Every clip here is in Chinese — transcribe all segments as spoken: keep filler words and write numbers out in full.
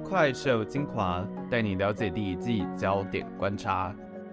快手精华带你了解第一季焦点观察。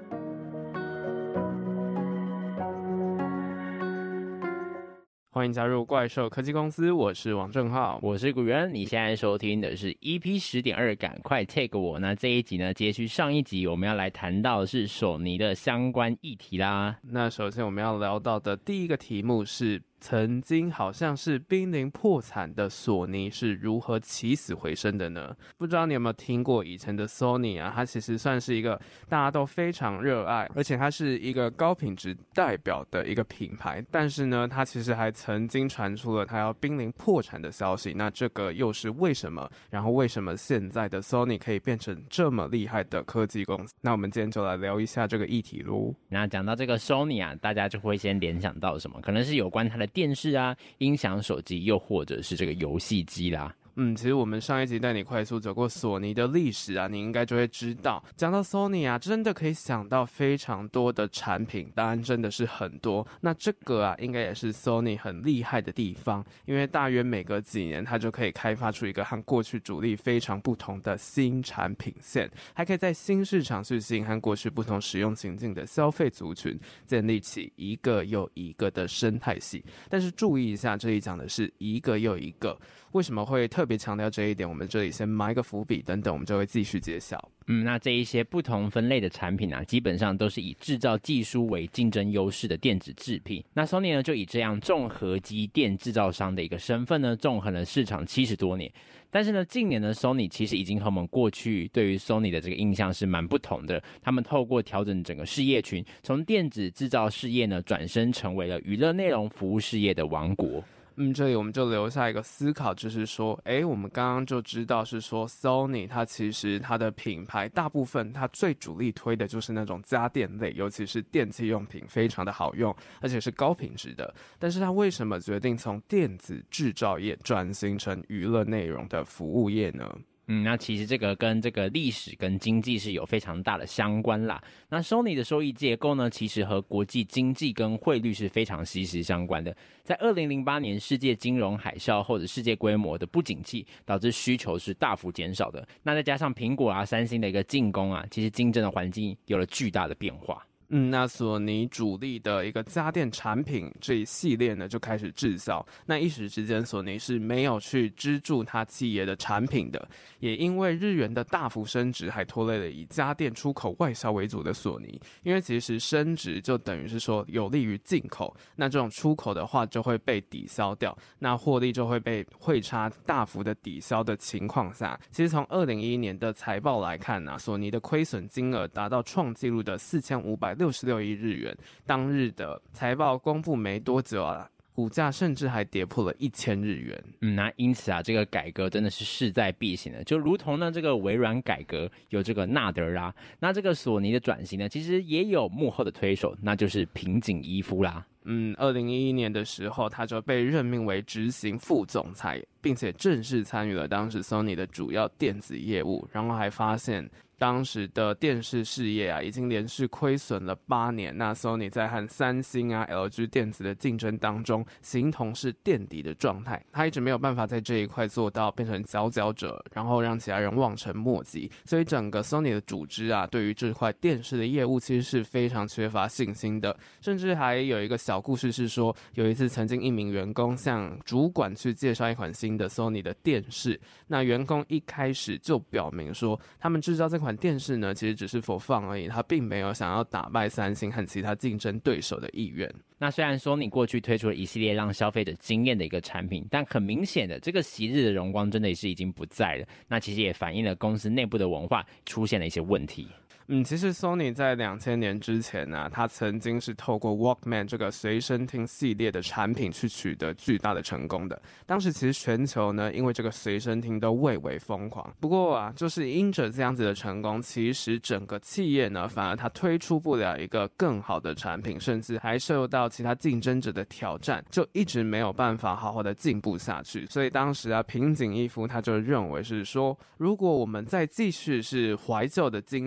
欢迎加入怪兽科技公司，我是王正浩， 我是古元。你现在收听的是 E P 十点二，赶快 take 我。那这一集呢，接续上一集，我们要来谈到的是索尼的相关议题啦。 那首先我们要聊到的第一个题目是，曾经好像是濒临破产的索尼是如何起死回生的呢？不知道你有没有听过以前的 Sony 啊，它其实算是一个大家都非常热爱，而且它是一个高品质代表的一个品牌，但是呢，它其实还曾经传出了它要濒临破产的消息。那这个又是为什么？然后为什么现在的 Sony 可以变成这么厉害的科技公司？那我们今天就来聊一下这个议题咯。 那讲到这个 Sony 啊，大家就会先联想到什么？可能是有关它的电视啊、音响、手机，又或者是这个游戏机啦。 嗯，其实我们上一集带你快速走过索尼的历史啊，你应该就会知道，讲到 Sony 啊，真的可以想到非常多的产品，当然真的是很多。那这个啊，应该也是 Sony 很厉害的地方，因为大约每隔几年，它就可以开发出一个和过去主力非常不同的新产品线，还可以在新市场去吸引和过去不同使用情境的消费族群，建立起一个又一个的生态系。但是注意一下，这里讲的是一个又一个，为什么会特别强调这一点？我们这里先埋一个伏笔，等等我们就会继续揭晓。 嗯，那这一些不同分类的产品啊，基本上都是以制造技术为竞争优势的电子制品。那 Sony 呢，就以这样重合机电制造商的一个身份呢，纵横了市场七十多年。但是呢，近年的 Sony 其实已经和我们过去对于 Sony 的这个印象是蛮不同的。他们透过调整整个事业群，从电子制造事业呢，转身成为了娱乐内容服务事业的王国。 嗯，这里我们就留下一个思考，就是说，诶，我们刚刚就知道是说 Sony 它其实它的品牌大部分它最主力推的就是那种家电类，尤其是电器用品，非常的好用，而且是高品质的。但是它为什么决定从电子制造业转型成娱乐内容的服务业呢？ 嗯，那其实这个跟这个历史跟经济是有非常大的相关啦。那 Sony 的收益结构呢，其实和国际经济跟汇率是非常息息相关的。在二零零八年世界金融海啸或者世界规模的不景气，导致需求是大幅减少的。那再加上苹果啊、三星的一个进攻啊，其实竞争的环境有了巨大的变化。 嗯，那索尼主力的一个家电产品这一系列呢，就开始滞销。那一时之间，索尼是没有去资助它企业的产品的，也因为日元的大幅升值，还拖累了以家电出口外销为主的索尼。因为其实升值就等于是说有利于进口，那这种出口的话就会被抵消掉，那获利就会被汇差大幅的抵消的情况下，其实从二零一一年的财报来看啊，索尼的亏损金额达到创纪录的四千五百六十六亿日元，当日的财报公布没多久啊，股价甚至还跌破了一千日元。 嗯，那因此啊，这个改革真的是势在必行的，就如同呢这个微软改革有这个纳德拉，那这个索尼的转型呢，其实也有幕后的推手，那就是平井一夫啦。 嗯，二零一一年的时候，他就被任命为执行副总裁，并且正式参与了当时 Sony 的主要电子业务，然后还发现当时的电视事业啊，已经连续亏损了八年。那 Sony 在和三星啊、L G 电子的竞争当中，形同是垫底的状态。他一直没有办法在这一块做到变成佼佼者，然后让其他人望尘莫及。所以整个 Sony 的组织啊，对于这块电视的业务其实是非常缺乏信心的。甚至还有一个小故事是说，有一次曾经一名员工向主管去介绍一款新的 Sony 的电视，那员工一开始就表明说，他们制造这款电视呢，其实只是 for fun 而已，他并没有想要打败三星和其他竞争对手的意愿。 那虽然说你过去推出了一系列让消费者惊艳的一个产品，但很明显的，这个昔日的荣光真的也是已经不在了。那其实也反映了公司内部的文化出现了一些问题。 嗯，其实 Sony 在两千年之前呢、啊，它曾经是透过 Walkman 这个随身听系列的产品去取得巨大的成功的。当时其实全球呢，因为这个随身听都蔚为疯狂。不过啊，就是因着这样子的成功，其实整个企业呢，反而它推出不了一个更好的产品，甚至还受到其他竞争者的挑战，就一直没有办法好好的进步下去。所以当时啊，平井一夫他就认为是说，如果我们再继续是怀旧的精神，用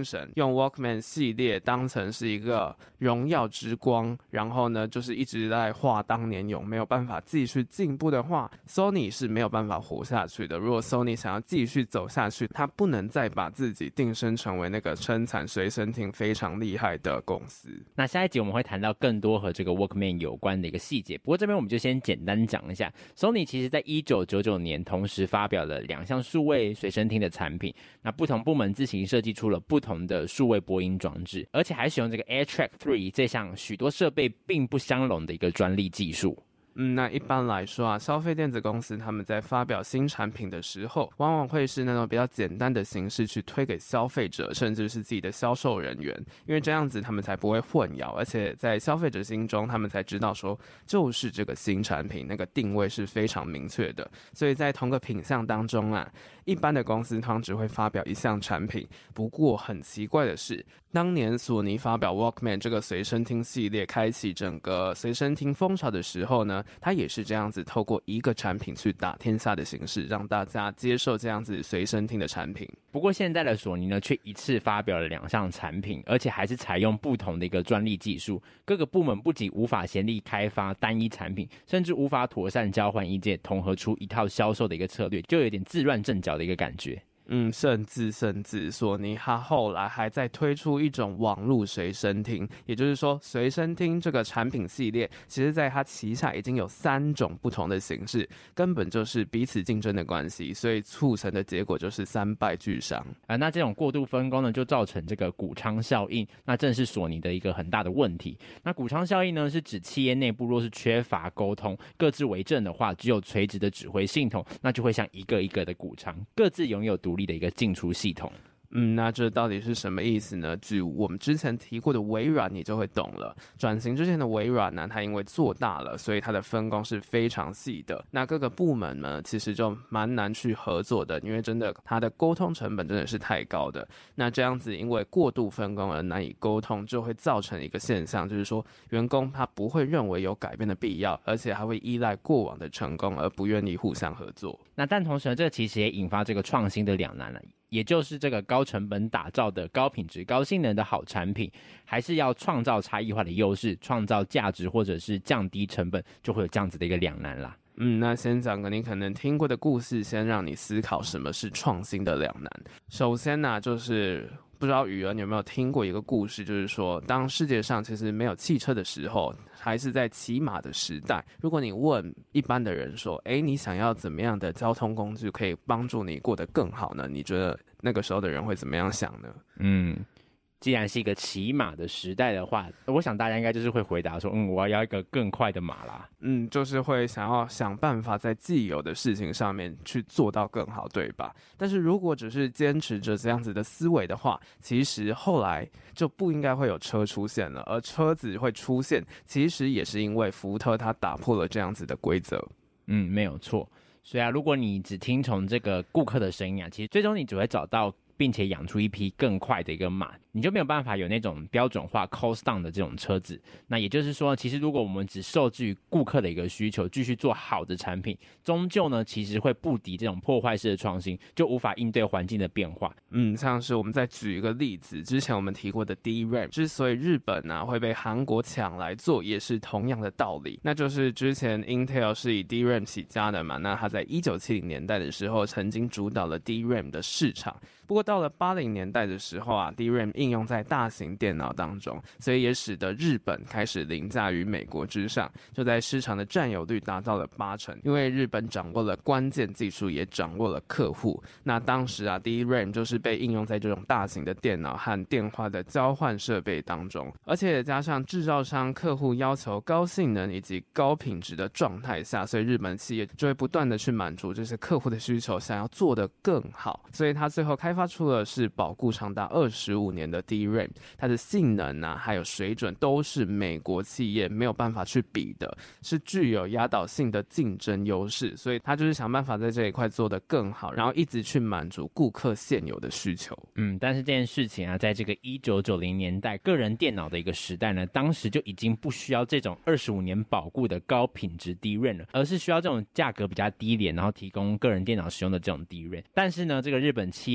用 Walkman 系列当成是一个荣耀之光，然后呢就是一直在画当年勇，没有办法继续进步的话， Sony 是没有办法活下去的。如果 Sony 想要继续走下去，他不能再把自己定身成为那个生产随身听非常厉害的公司。 那下一集我们会谈到更多和这个 Walkman 有关的一个细节，不过这边我们就先简单讲一下 Sony 其实在一九九九年同时发表了两项数位随身听的产品，那不同部门自行设计出了不同的数位播音装置，而且还使用这个 AirTrack 三这项许多设备并不相容的一个专利技术。 嗯，那一般来说啊，消费电子公司他们在发表新产品的时候，往往会是那种比较简单的形式去推给消费者，甚至是自己的销售人员，因为这样子他们才不会混淆，而且在消费者心中，他们才知道说就是这个新产品，那个定位是非常明确的。所以在同个品项当中啊，一般的公司通常只会发表一项产品。不过很奇怪的是，当年索尼发表 Walkman 这个随身听系列，开启整个随身听风潮的时候呢，它也是这样子透过一个产品去打天下的形式，让大家接受这样子随身听的产品。 不过现在的索尼呢，却一次发表了两项产品，而且还是采用不同的一个专利技术。各个部门不仅无法协力开发单一产品，甚至无法妥善交换意见，统合出一套销售的一个策略，就有点自乱阵脚的一个感觉。 嗯，甚至甚至索尼它后来还在推出一种网络随身听，也就是说随身听这个产品系列，其实在它旗下已经有三种不同的形式，根本就是彼此竞争的关系，所以促成的结果就是三败俱伤。 啊，那这种过度分工呢，就造成这个谷仓效应，那正是索尼的一个很大的问题。那谷仓效应呢，是指企业内部若是缺乏沟通，各自为政的话，只有垂直的指挥系统，那就会像一个一个的谷仓，各自拥有独立的一个进出系统。 嗯，那这到底是什么意思呢？据我们之前提过的微软，你就会懂了。转型之前的微软呢，它因为做大了，所以它的分工是非常细的。那各个部门呢，其实就蛮难去合作的，因为真的它的沟通成本真的是太高的。那这样子因为过度分工而难以沟通，就会造成一个现象，就是说员工他不会认为有改变的必要，而且还会依赖过往的成功，而不愿意互相合作。 那但同时呢，这个其实也引发这个创新的两难了。也就是这个高成本打造的高品质、高性能的好产品，还是要创造差异化的优势，创造价值，或者是降低成本，就会有这样子的一个两难啦。 嗯，那先讲个你可能听过的故事，先让你思考什么是创新的两难。首先呢、啊，就是不知道宇儿你有没有听过一个故事，就是说当世界上其实没有汽车的时候，还是在骑马的时代，如果你问一般的人说，诶，你想要怎么样的交通工具可以帮助你过得更好呢？你觉得那个时候的人会怎么样想呢？ 嗯，既然是一个骑马的时代的话，我想大家应该就是会回答说，嗯，我要一个更快的马啦。 嗯，就是会想要想办法在既有的事情上面去做到更好，对吧？但是如果只是坚持着这样子的思维的话，其实后来就不应该会有车出现了，而车子会出现，其实也是因为福特它打破了这样子的规则。 嗯，没有错。所以啊，如果你只听从这个顾客的声音啊，其实最终你只会找到并且养出一匹更快的一个马，你就没有办法有那种标准化 cost down 的这种车子。那也就是说，其实如果我们只受制于顾客的一个需求，继续做好的产品，终究呢其实会不敌这种破坏式的创新，就无法应对环境的变化。 嗯，像是我们再举一个例子，之前我们提过的 D RAM， 之所以日本啊会被韩国抢来做，也是同样的道理。那就是之前 Intel 是以 D RAM 起家的嘛，那它在一九七零年代的时候曾经主导了 D RAM 的市场。不过到了八零年代的时候啊 ，D RAM 应用在大型电脑当中，所以也使得日本开始凌驾于美国之上，就在市场的占有率达到了八成。因为日本掌握了关键技术，也掌握了客户。那当时啊 ，D RAM 就是被应用在这种大型的电脑和电话的交换设备当中，而且加上制造商客户要求高性能以及高品质的状态下，所以日本企业就会不断的去满足这些客户的需求，想要做得更好。所以它最后开发出的是保固长达二十五年的 D RAM， 它的性能啊还有水准都是美国企业没有办法去比的，是具有压倒性的竞争优势。所以它就是想办法在这一块做得更好，然后一直去满足顾客现有的需求。 嗯，但是这件事情啊，在这个一九九零年代个人电脑的一个时代呢，当时就已经不需要这种二十五年保固的高品质 D RAM 了，而是需要这种价格比较低廉，然后提供个人电脑使用的这种 D RAM。但是呢，这个日本企业呢，它就是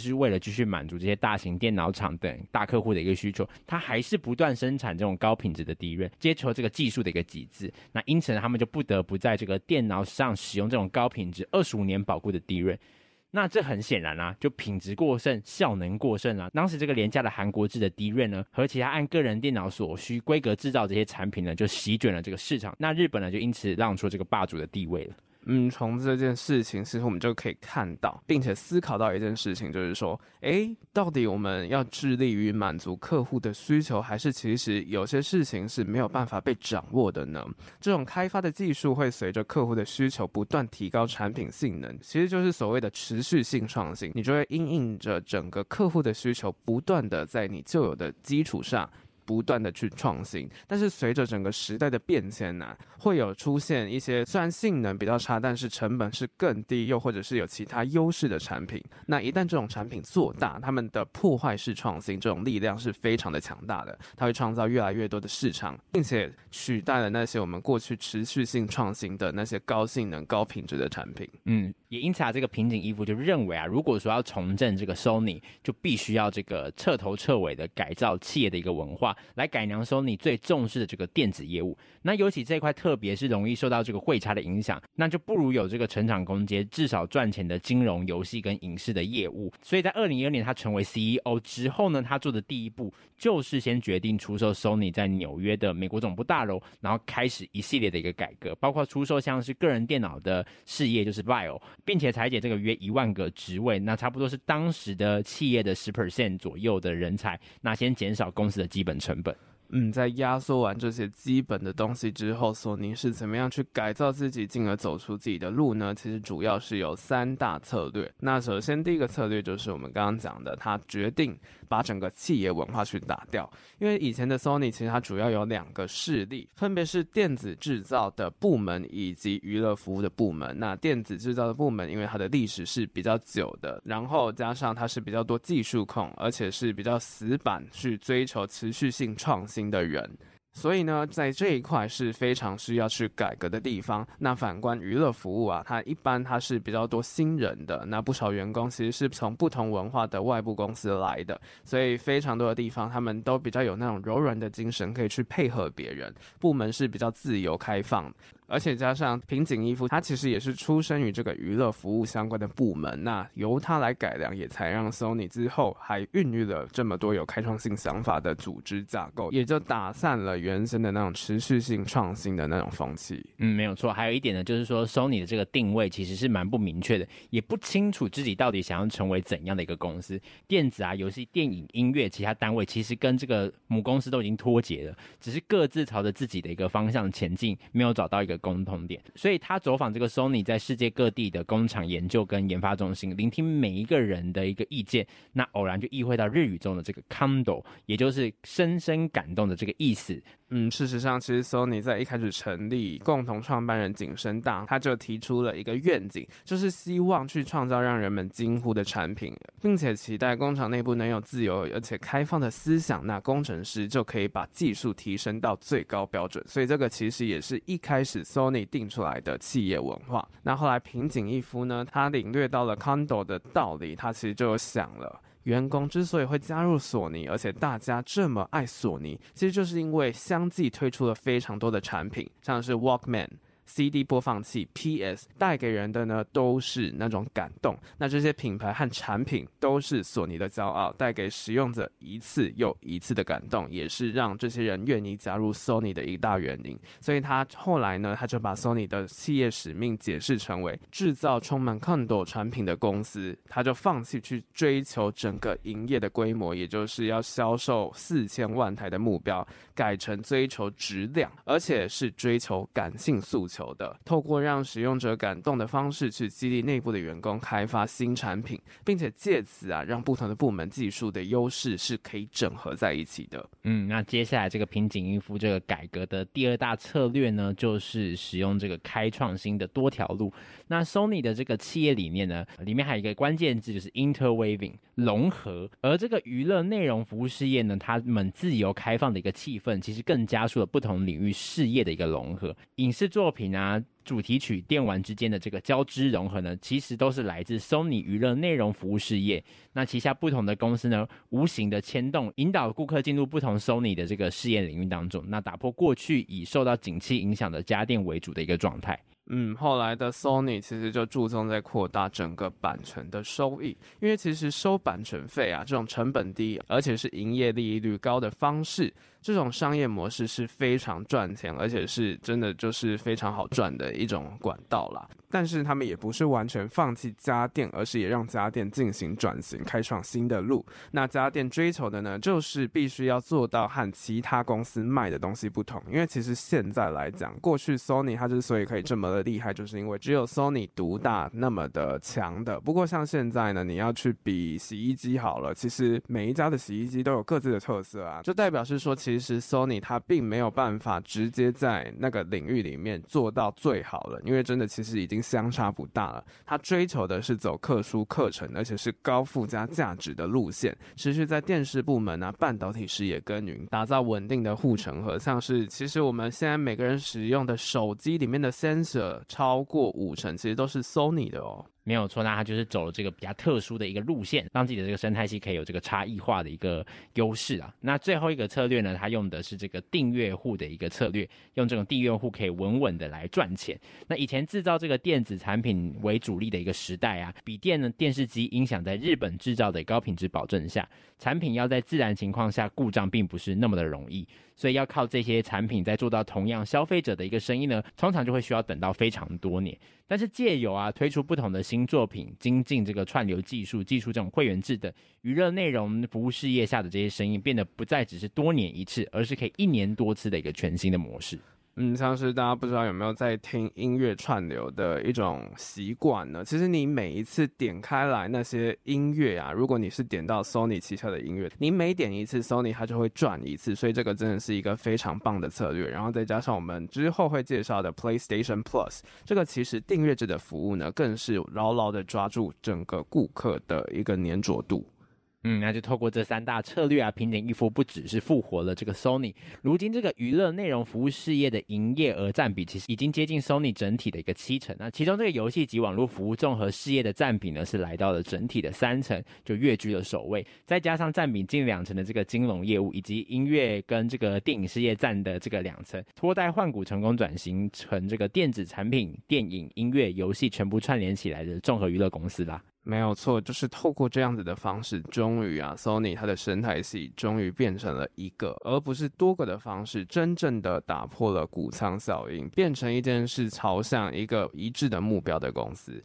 是为了继续满足这些大型电脑厂等大客户的一个需求，它还是不断生产这种高品质的 D R A M， 接求这个技术的一个极致。那因此呢，他们就不得不在这个电脑上使用这种高品质二十五年保固的 D R A M。那这很显然啊，就品质过剩，效能过剩啊。当时这个廉价的韩国制的 D R A M 呢，和其他按个人电脑所需规格制造这些产品呢，就席卷了这个市场。那日本呢，就因此让出这个霸主的地位了。 嗯，从这件事情，其实我们就可以看到，并且思考到一件事情，就是说，诶，到底我们要致力于满足客户的需求，还是其实有些事情是没有办法被掌握的呢？这种开发的技术会随着客户的需求不断提高产品性能，其实就是所谓的持续性创新。你就会因应着整个客户的需求，不断的在你旧有的基础上不断的去创新，但是随着整个时代的变迁呢、啊，会有出现一些虽然性能比较差，但是成本是更低，又或者是有其他优势的产品。那一旦这种产品做大，他们的破坏式创新这种力量是非常的强大的，它会创造越来越多的市场，并且取代了那些我们过去持续性创新的那些高性能、高品质的产品。 嗯，也因此啊，这个平井一夫就认为啊，如果说要重振这个 Sony， 就必须要这个彻头彻尾的改造企业的一个文化，来改良 Sony 最重视的这个电子业务。那尤其这一块特别是容易受到这个汇差的影响，那就不如有这个成长空间，至少赚钱的金融、游戏跟影视的业务。所以在二零一二年他成为 C E O 之后呢，他做的第一步就是先决定出售 Sony 在纽约的美国总部大楼，然后开始一系列的一个改革，包括出售像是个人电脑的事业，就是 Vio， 并且裁减这个约一万个职位，那差不多是当时的企业的 百分之十 左右的人才，那先减少公司的基本成本。 嗯，在压缩完这些基本的东西之后，索尼是怎么样去改造自己，进而走出自己的路呢？其实主要是有三大策略。那首先第一个策略就是我们刚刚讲的，他决定把整个企业文化去打掉。因为以前的 Sony 其实它主要有两个势力，分别是电子制造的部门以及娱乐服务的部门。那电子制造的部门，因为它的历史是比较久的，然后加上它是比较多技术控，而且是比较死板去追求持续性创新的人，所以呢，在这一块是非常需要去改革的地方。那反观娱乐服务啊，它一般它是比较多新人的，那不少员工其实是从不同文化的外部公司来的，所以非常多的地方他们都比较有那种柔软的精神，可以去配合别人。部门是比较自由开放，而且加上平井一夫，他其实也是出身于这个娱乐服务相关的部门，那由他来改良，也才让 Sony 之后还孕育了这么多有开创性想法的组织架构，也就打散了原生的那种持续性创新的那种风气。 嗯，没有错。还有一点呢，就是说 Sony 的这个定位其实是蛮不明确的，也不清楚自己到底想要成为怎样的一个公司。电子啊、游戏、电影、音乐其他单位其实跟这个母公司都已经脱节了，只是各自朝着自己的一个方向前进，没有找到一个共同点。所以他走访这个 Sony 在世界各地的工厂研究跟研发中心，聆听每一个人的一个意见，那偶然就意会到日语中的这个 Kando， 也就是深深感动的这个意思。 嗯，事实上，其实 Sony 在一开始成立，共同创办人井深大他就提出了一个愿景，就是希望去创造让人们惊呼的产品，并且期待工厂内部能有自由而且开放的思想，那工程师就可以把技术提升到最高标准。所以这个其实也是一开始 Sony 定出来的企业文化。那后来平井一夫呢，他领略到了 Kando 的道理，他其实就有想了，员工之所以会加入索尼，而且大家这么爱索尼，其实就是因为相继推出了非常多的产品，像是 Walkman、C D 播放器、P S 带给人的呢都是那种感动。那这些品牌和产品都是索尼的骄傲，带给使用者一次又一次的感动，也是让这些人愿意加入 Sony 的一大原因。所以他后来呢，他就把 Sony 的企业使命解释成为制造充满 Kando 产品的公司，他就放弃去追求整个营业的规模，也就是要销售四千万台的目标，改成追求质量，而且是追求感性诉求的，透过让使用者感动的方式去激励内部的员工开发新产品，并且借此啊让不同的部门技术的优势是可以整合在一起的。 嗯，那接下来这个平井一夫这个改革的第二大策略呢，就是使用这个开创新的多条路。那 Sony 的这个企业理念呢，里面还有一个关键字就是 interweaving 融合，而这个娱乐内容服务事业呢，他们自由开放的一个气氛，其实更加速了不同领域事业的一个融合。影视作品频啊、主题曲、电玩之间的这个交织融合呢，其实都是来自 Sony 娱乐内容服务事业。那旗下不同的公司呢，无形的牵动，引导顾客进入不同 Sony 的这个事业领域当中，那打破过去以受到景气影响的家电为主的一个状态。 嗯，后来的 Sony 其实就注重在扩大整个版权的收益，因为其实收版权费啊，这种成本低，而且是营业利率高的方式，这种商业模式是非常赚钱，而且是真的就是非常好赚的一种管道啦。但是他们也不是完全放弃家电，而是也让家电进行转型，开创新的路。那家电追求的呢，就是必须要做到和其他公司卖的东西不同。因为其实现在来讲，过去 Sony 它之所以可以这么的厉害，就是因为只有 Sony 独大那么的强的。不过像现在呢，你要去比洗衣机好了，其实每一家的洗衣机都有各自的特色啊，就代表是说，其实 Sony 它并没有办法直接在那个领域里面做到最好了，因为真的其实已经相差不大了。它追求的是走特殊课程，而且是高附加价值的路线，持续在电视部门啊、半导体事业耕耘，打造稳定的护城河。像是其实我们现在每个人使用的手机里面的 sensor 超过五成，其实都是 Sony 的哦。 没有错，那它就是走了这个比较特殊的一个路线，让自己的这个生态系可以有这个差异化的一个优势啊。那最后一个策略呢，它用的是这个订阅户的一个策略，用这种订阅户可以稳稳的来赚钱。那以前制造这个电子产品为主力的一个时代啊，笔电呢、电视机、音响在日本制造的高品质保证下，产品要在自然情况下故障并不是那么的容易，所以要靠这些产品在做到同样消费者的一个生意呢，通常就会需要等到非常多年。但是借由啊推出不同的新作品，精进这个串流技术，技术这种会员制的娱乐内容服务事业下的这些生意，变得不再只是多年一次，而是可以一年多次的一个全新的模式。 嗯，像是大家不知道有没有在听音乐串流的一种习惯呢？其实你每一次点开来那些音乐啊，如果你是点到 Sony 旗下的音乐，你每点一次 Sony 它就会赚一次，所以这个真的是一个非常棒的策略。然后再加上我们之后会介绍的 PlayStation Plus， 这个其实订阅制的服务呢，更是牢牢的抓住整个顾客的一个黏着度。 嗯，那就透过这三大策略啊，平点一夫不只是复活了这个 Sony， 如今这个娱乐内容服务事业的营业额占比其实已经接近 Sony 整体的一个七成，那其中这个游戏及网络服务综合事业的占比呢是来到了整体的三成，就跃居了首位，再加上占比近两成的这个金融业务以及音乐跟这个电影事业占的这个两成，脱胎换骨成功转型成这个电子产品、电影、音乐、游戏全部串联起来的综合娱乐公司啦。 没有错，就是透过这样子的方式，终于啊 Sony 它的生态系终于变成了一个，而不是多个的方式，真正的打破了谷仓效应，变成一件事朝向一个一致的目标的公司。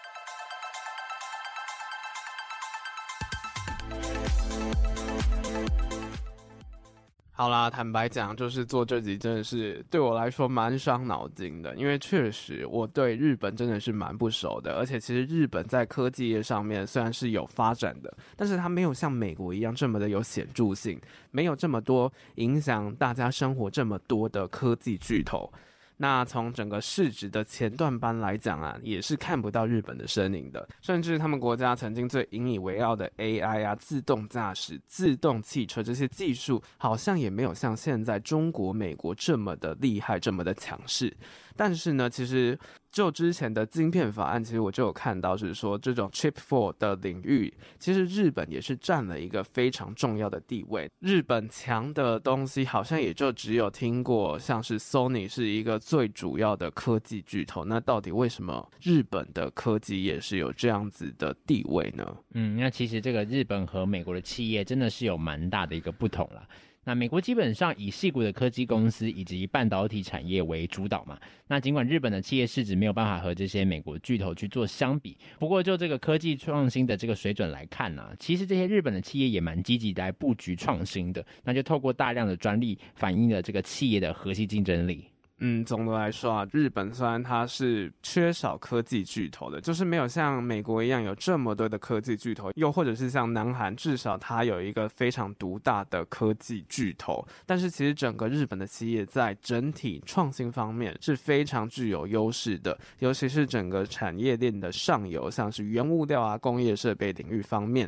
好啦，坦白讲，就是做这集真的是对我来说蛮伤脑筋的，因为确实我对日本真的是蛮不熟的，而且其实日本在科技业上面虽然是有发展的，但是它没有像美国一样这么的有显著性，没有这么多影响大家生活这么多的科技巨头。那从整个市值的前段班来讲啊，也是看不到日本的身影的，甚至他们国家曾经最引以为傲的 A I 啊、自动驾驶、自动汽车这些技术，好像也没有像现在中国、美国这么的厉害，这么的强势。但是呢，其实就之前的晶片法案，其实我就有看到是说，这种 Chip 四 的领域，其实日本也是占了一个非常重要的地位。日本强的东西，好像也就只有听过，像是 Sony 是一个最主要的科技巨头。那到底为什么日本的科技业是有这样子的地位呢？ 嗯，那其实这个日本和美国的企业真的是有蛮大的一个不同啦。那美国基本上以矽谷的科技公司以及半导体产业为主导嘛，那尽管日本的企业市值没有办法和这些美国巨头去做相比，不过就这个科技创新的这个水准来看呢、啊，其实这些日本的企业也蛮积极来布局创新的，那就透过大量的专利反映了这个企业的核心竞争力。 嗯，总的来说啊，日本虽然它是缺少科技巨头的，就是没有像美国一样有这么多的科技巨头，又或者是像南韩，至少它有一个非常独大的科技巨头。但是其实整个日本的企业在整体创新方面是非常具有优势的，尤其是整个产业链的上游，像是原物料啊、工业设备领域方面。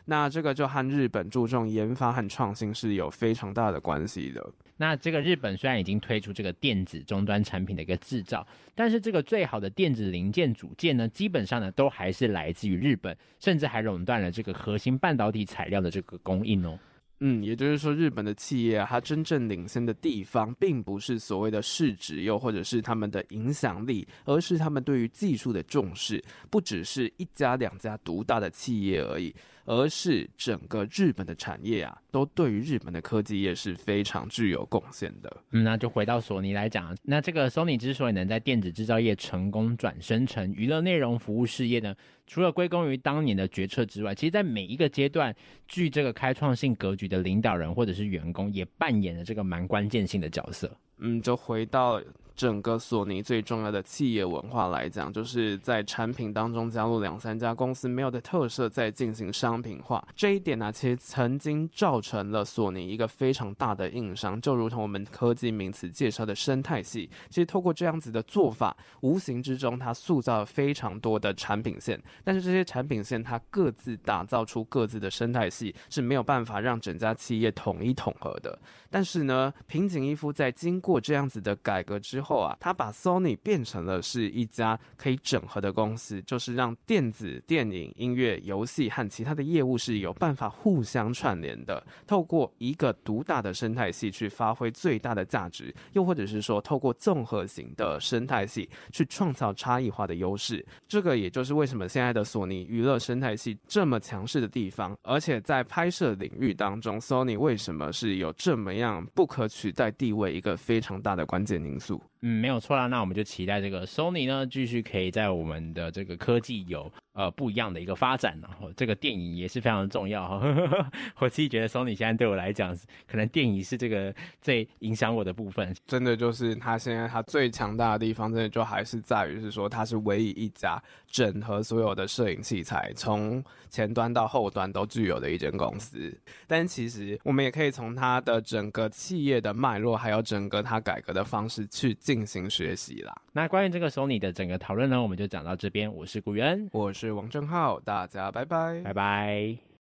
那这个就和日本注重研发和创新是有非常大的关系的。 那这个日本虽然已经推出这个电子终端产品的一个制造，但是这个最好的电子零件组件呢，基本上呢都还是来自于日本，甚至还垄断了这个核心半导体材料的这个供应哦。 嗯，也就是说，日本的企业啊，它真正领先的地方，并不是所谓的市值，又或者是他们的影响力，而是他们对于技术的重视，不只是一家两家独大的企业而已，而是整个日本的产业啊，都对于日本的科技业是非常具有贡献的。 嗯，那就回到索尼来讲，那这个 Sony 之所以能在电子制造业成功转身成娱乐内容服务事业呢，除了归功于当年的决策之外，其实在每一个阶段，具这个开创性格局的领导人或者是员工，也扮演了这个蛮关键性的角色。 嗯，就回到整个索尼最重要的企业文化来讲，就是在产品当中加入两三家公司没有的特色，再进行商品化。这一点呢、啊，其实曾经造成了索尼一个非常大的硬伤，就如同我们科技名词介绍的生态系。其实透过这样子的做法，无形之中它塑造了非常多的产品线，但是这些产品线它各自打造出各自的生态系，是没有办法让整家企业统一统合的。但是呢，平井一夫在经过这样子的改革之后啊，他把 Sony 变成了是一家可以整合的公司，就是让电子、电影、音乐、游戏和其他的业务是有办法互相串联的，透过一个独大的生态系去发挥最大的价值，又或者是说透过综合型的生态系去创造差异化的优势。这个也就是为什么现在的索尼娱乐生态系这么强势的地方，而且在拍摄领域当中 Sony 为什么是有这么样不可取代地位一个非常大的关键因素。 嗯，没有错啦。那我们就期待这个 Sony 呢，继续可以在我们的这个科技有呃不一样的一个发展。然后这个电影也是非常的重要哈。我自己觉得 Sony 现在对我来讲，可能电影是这个最影响我的部分。 真的就是它现在它最强大的地方，真的就还是在于是说，它是唯一一家整合所有的摄影器材，从前端到后端都具有的一间公司。但其实我们也可以从它的整个企业的脉络，还有整个它改革的方式去进行学习啦。 那关于这个 Sony 的整个讨论呢，我们就讲到这边。我是古元， 我是王正浩，大家拜拜， 拜拜。